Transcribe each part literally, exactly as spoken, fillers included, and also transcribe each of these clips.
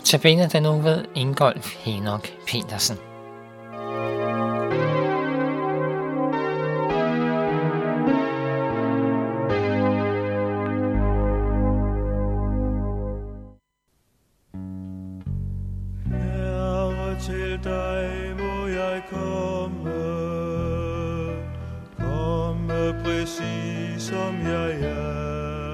Tabiner den nu ved Ingolf Henok Petersen. Herre, til dig må jeg komme, komme præcis som jeg er.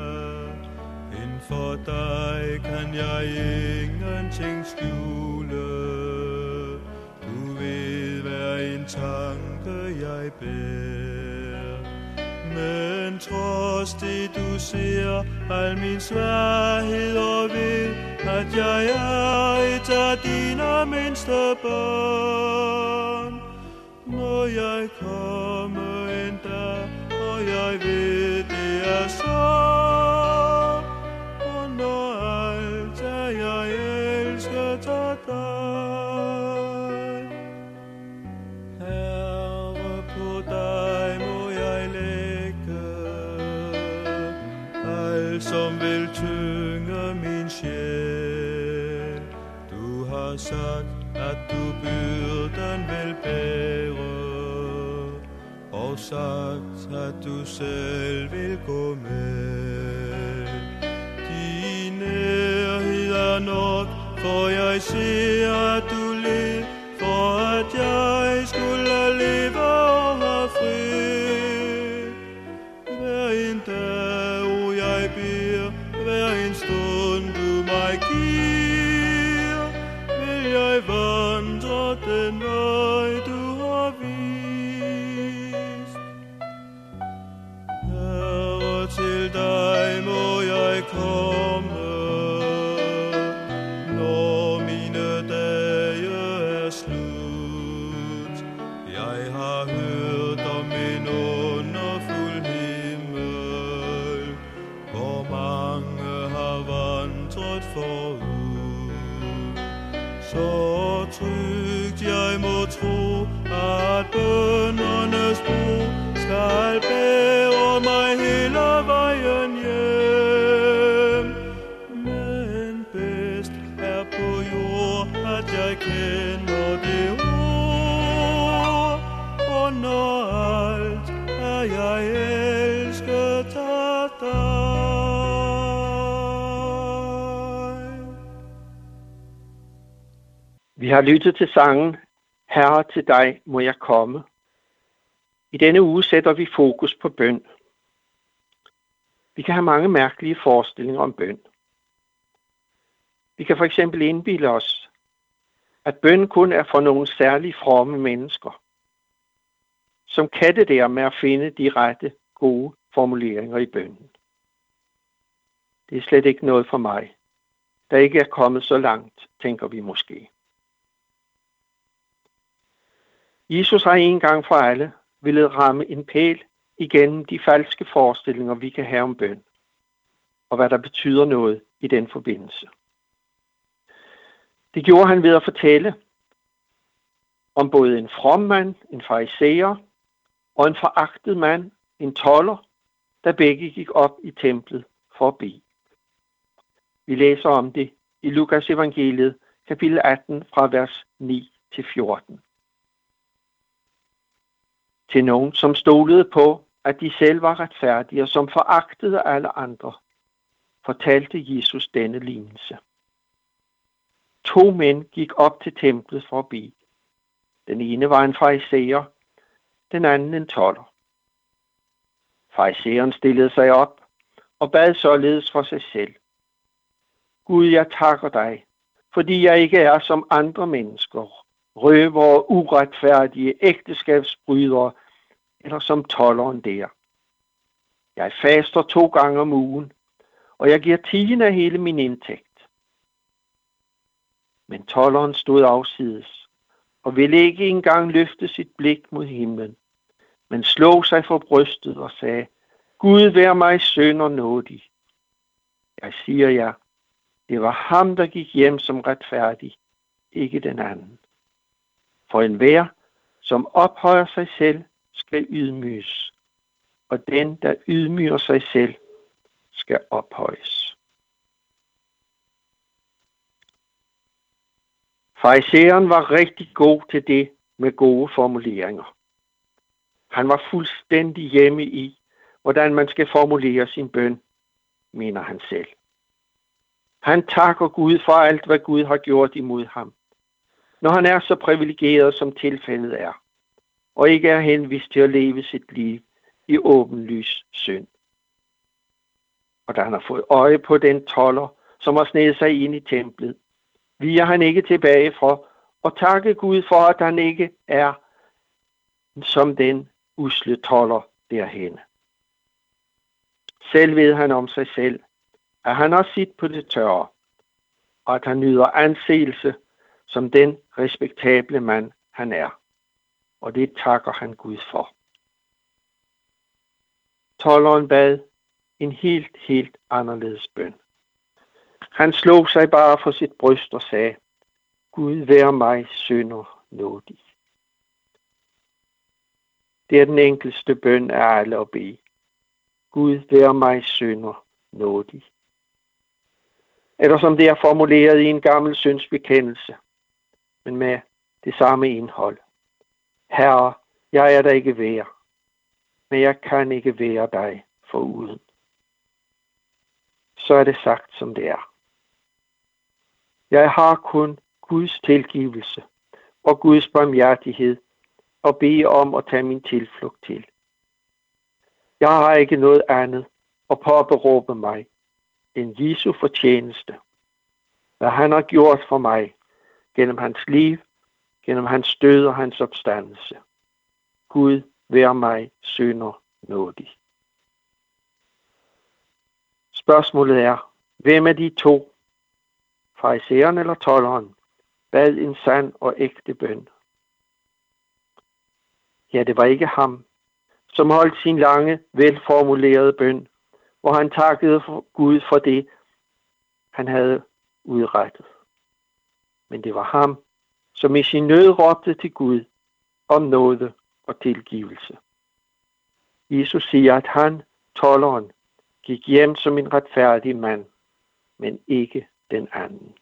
For dig kan jeg ingenting skjule. Du ved hver en tanke jeg bærer. Men trods det du ser al min svaghed og ved, at jeg er et af dine mindste børn, må jeg komme en dag, og jeg ved det er så. Herre, på dig må jeg lægge alt som vil tynge min sjæl. Du har sagt, at du byrden vil bære, og sagt, at du selv vil gå med. Din nærhed er nok, for jeg ser, at du led, for at jeg skulle leve og have fred. Hver en dag, o jeg beder, hver en stund du mig giver, vil jeg vandre den vej du har vist. Herre, til dig må jeg komme, når mine dage er slut. Jeg har hørt om en underfuld himmel, hvor mange har vandret forud. Så trygt jeg må tro, at bønnernes bro skal bære mig hele vejen hjem. Men bedst er på jord, at jeg kender det ord, og når alt er jeg elsket af dig. Vi har lyttet til sangen Herre, til dig må jeg komme. I denne uge sætter vi fokus på bøn. Vi kan have mange mærkelige forestillinger om bøn. Vi kan for eksempel indbilde os, at bøn kun er for nogle særligt fromme mennesker, som kan det der med at finde de rette, gode formuleringer i bønnen. Det er slet ikke noget for mig, der ikke er kommet så langt, tænker vi måske. Jesus har en gang for alle villet ramme en pæl igennem de falske forestillinger, vi kan have om bøn, og hvad der betyder noget i den forbindelse. Det gjorde han ved at fortælle om både en from mand, en farisæer, og en foragtet mand, en tolder, der begge gik op i templet for at bede. Vi læser om det i Lukas evangeliet, kapitel atten, fra vers ni til fjorten. Til nogen, som stolede på, at de selv var retfærdige og som foragtede alle andre, fortalte Jesus denne lignelse. To mænd gik op til templet for at bede. Den ene var en farisæer, den anden en tolder. Farisæeren stillede sig op og bad således for sig selv. Gud, jeg takker dig, fordi jeg ikke er som andre mennesker, røvere, uretfærdige, ægteskabsbrydere, eller som tolderen der. Jeg faster to gange om ugen, og jeg giver tienden af hele min indtægt. Men tolderen stod afsides, og ville ikke engang løfte sit blik mod himlen, men slog sig for brystet og sagde, Gud, vær mig synder nådig. Jeg siger jer, det var ham, der gik hjem som retfærdig, ikke den anden. For enhver, som ophøjer sig selv, skal ydmyges, og den, der ydmyger sig selv, skal ophøjes. Farisæeren var rigtig god til det med gode formuleringer. Han var fuldstændig hjemme i, hvordan man skal formulere sin bøn, mener han selv. Han takker Gud for alt, hvad Gud har gjort imod ham, når han er så privilegeret, som tilfældet er, og ikke er henvist til at leve sit liv i åbenlys synd. Og da han har fået øje på den tolder, som har snedet sig ind i templet, viger han ikke tilbage for at takke Gud for, at han ikke er som den usle tolder derhenne. Selv ved han om sig selv, at han har sit på det tørre, og at han nyder anseelse som den respektable mand, han er. Og det takker han Gud for. Tolderen bad en helt, helt anderledes bøn. Han slog sig bare for sit bryst og sagde, Gud vær mig synder nådig. Det er den enkelste bøn af alle at bede. Gud vær mig synder nådig. Eller som det er formuleret i en gammel syndsbekendelse, men med det samme indhold. Herre, jeg er der ikke værd, men jeg kan ikke være dig foruden. Så er det sagt, som det er. Jeg har kun Guds tilgivelse og Guds barmhjertighed at bede om at tage min tilflugt til. Jeg har ikke noget andet at påberåbe mig end Jesu fortjeneste, hvad han har gjort for mig gennem hans liv, gennem hans død og hans opstandelse. Gud vær mig synder nådig. Spørgsmålet er, hvem af de to, farisæeren eller tolderen, bad en sand og ægte bøn? Ja, det var ikke ham, som holdt sin lange, velformulerede bøn, hvor han takkede for Gud for det, han havde udrettet. Men det var ham, som i sin nød råbte til Gud om nåde og tilgivelse. Jesus siger, at han, tolderen, gik hjem som en retfærdig mand, men ikke den anden.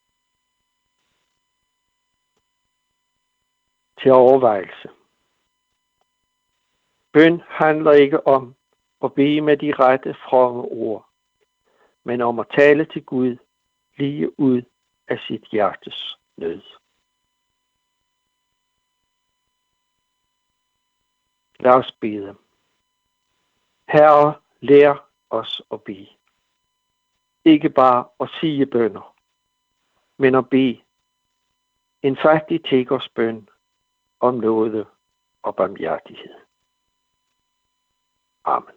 Til overvejelse. Bøn handler ikke om at bede med de rette fromme ord, men om at tale til Gud lige ud af sit hjertes nød. Lad os bede. Herre, lær os at bede. Ikke bare at sige bønner, men at bede en fattig tiggers bøn om nåde og barmhjertighed. Amen.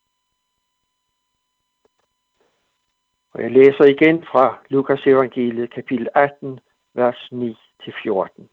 Og jeg læser igen fra Lukas evangeliet, kapitel atten, vers ni til fjorten.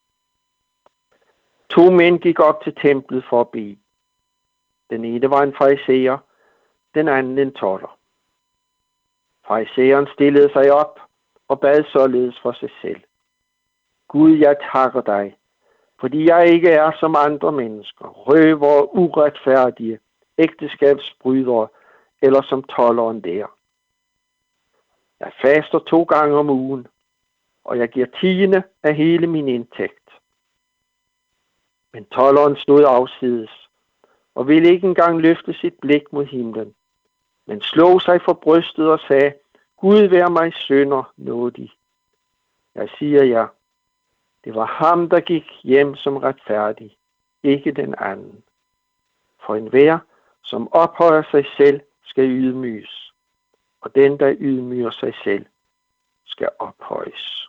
To mænd gik op til templet for at bede. Den ene var en farisæer, den anden en tolder. Farisæeren stillede sig op og bad således for sig selv. Gud, jeg takker dig, fordi jeg ikke er som andre mennesker, røvere, uretfærdige, ægteskabsbrydere eller som tolderen der. Jeg faster to gange om ugen, og jeg giver tiende af hele min indtægt. Men tolderen stod afsides og ville ikke engang løfte sit blik mod himlen, men slog sig for brystet og sagde, Gud vær mig synder nådig. Jeg siger jer, det var ham, der gik hjem som retfærdig, ikke den anden. For enhver, som ophøjer sig selv, skal ydmyges, og den, der ydmyger sig selv, skal ophøjes.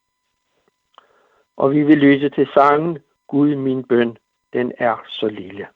Og vi vil lytte til sangen, Gud min bøn, den er så lille.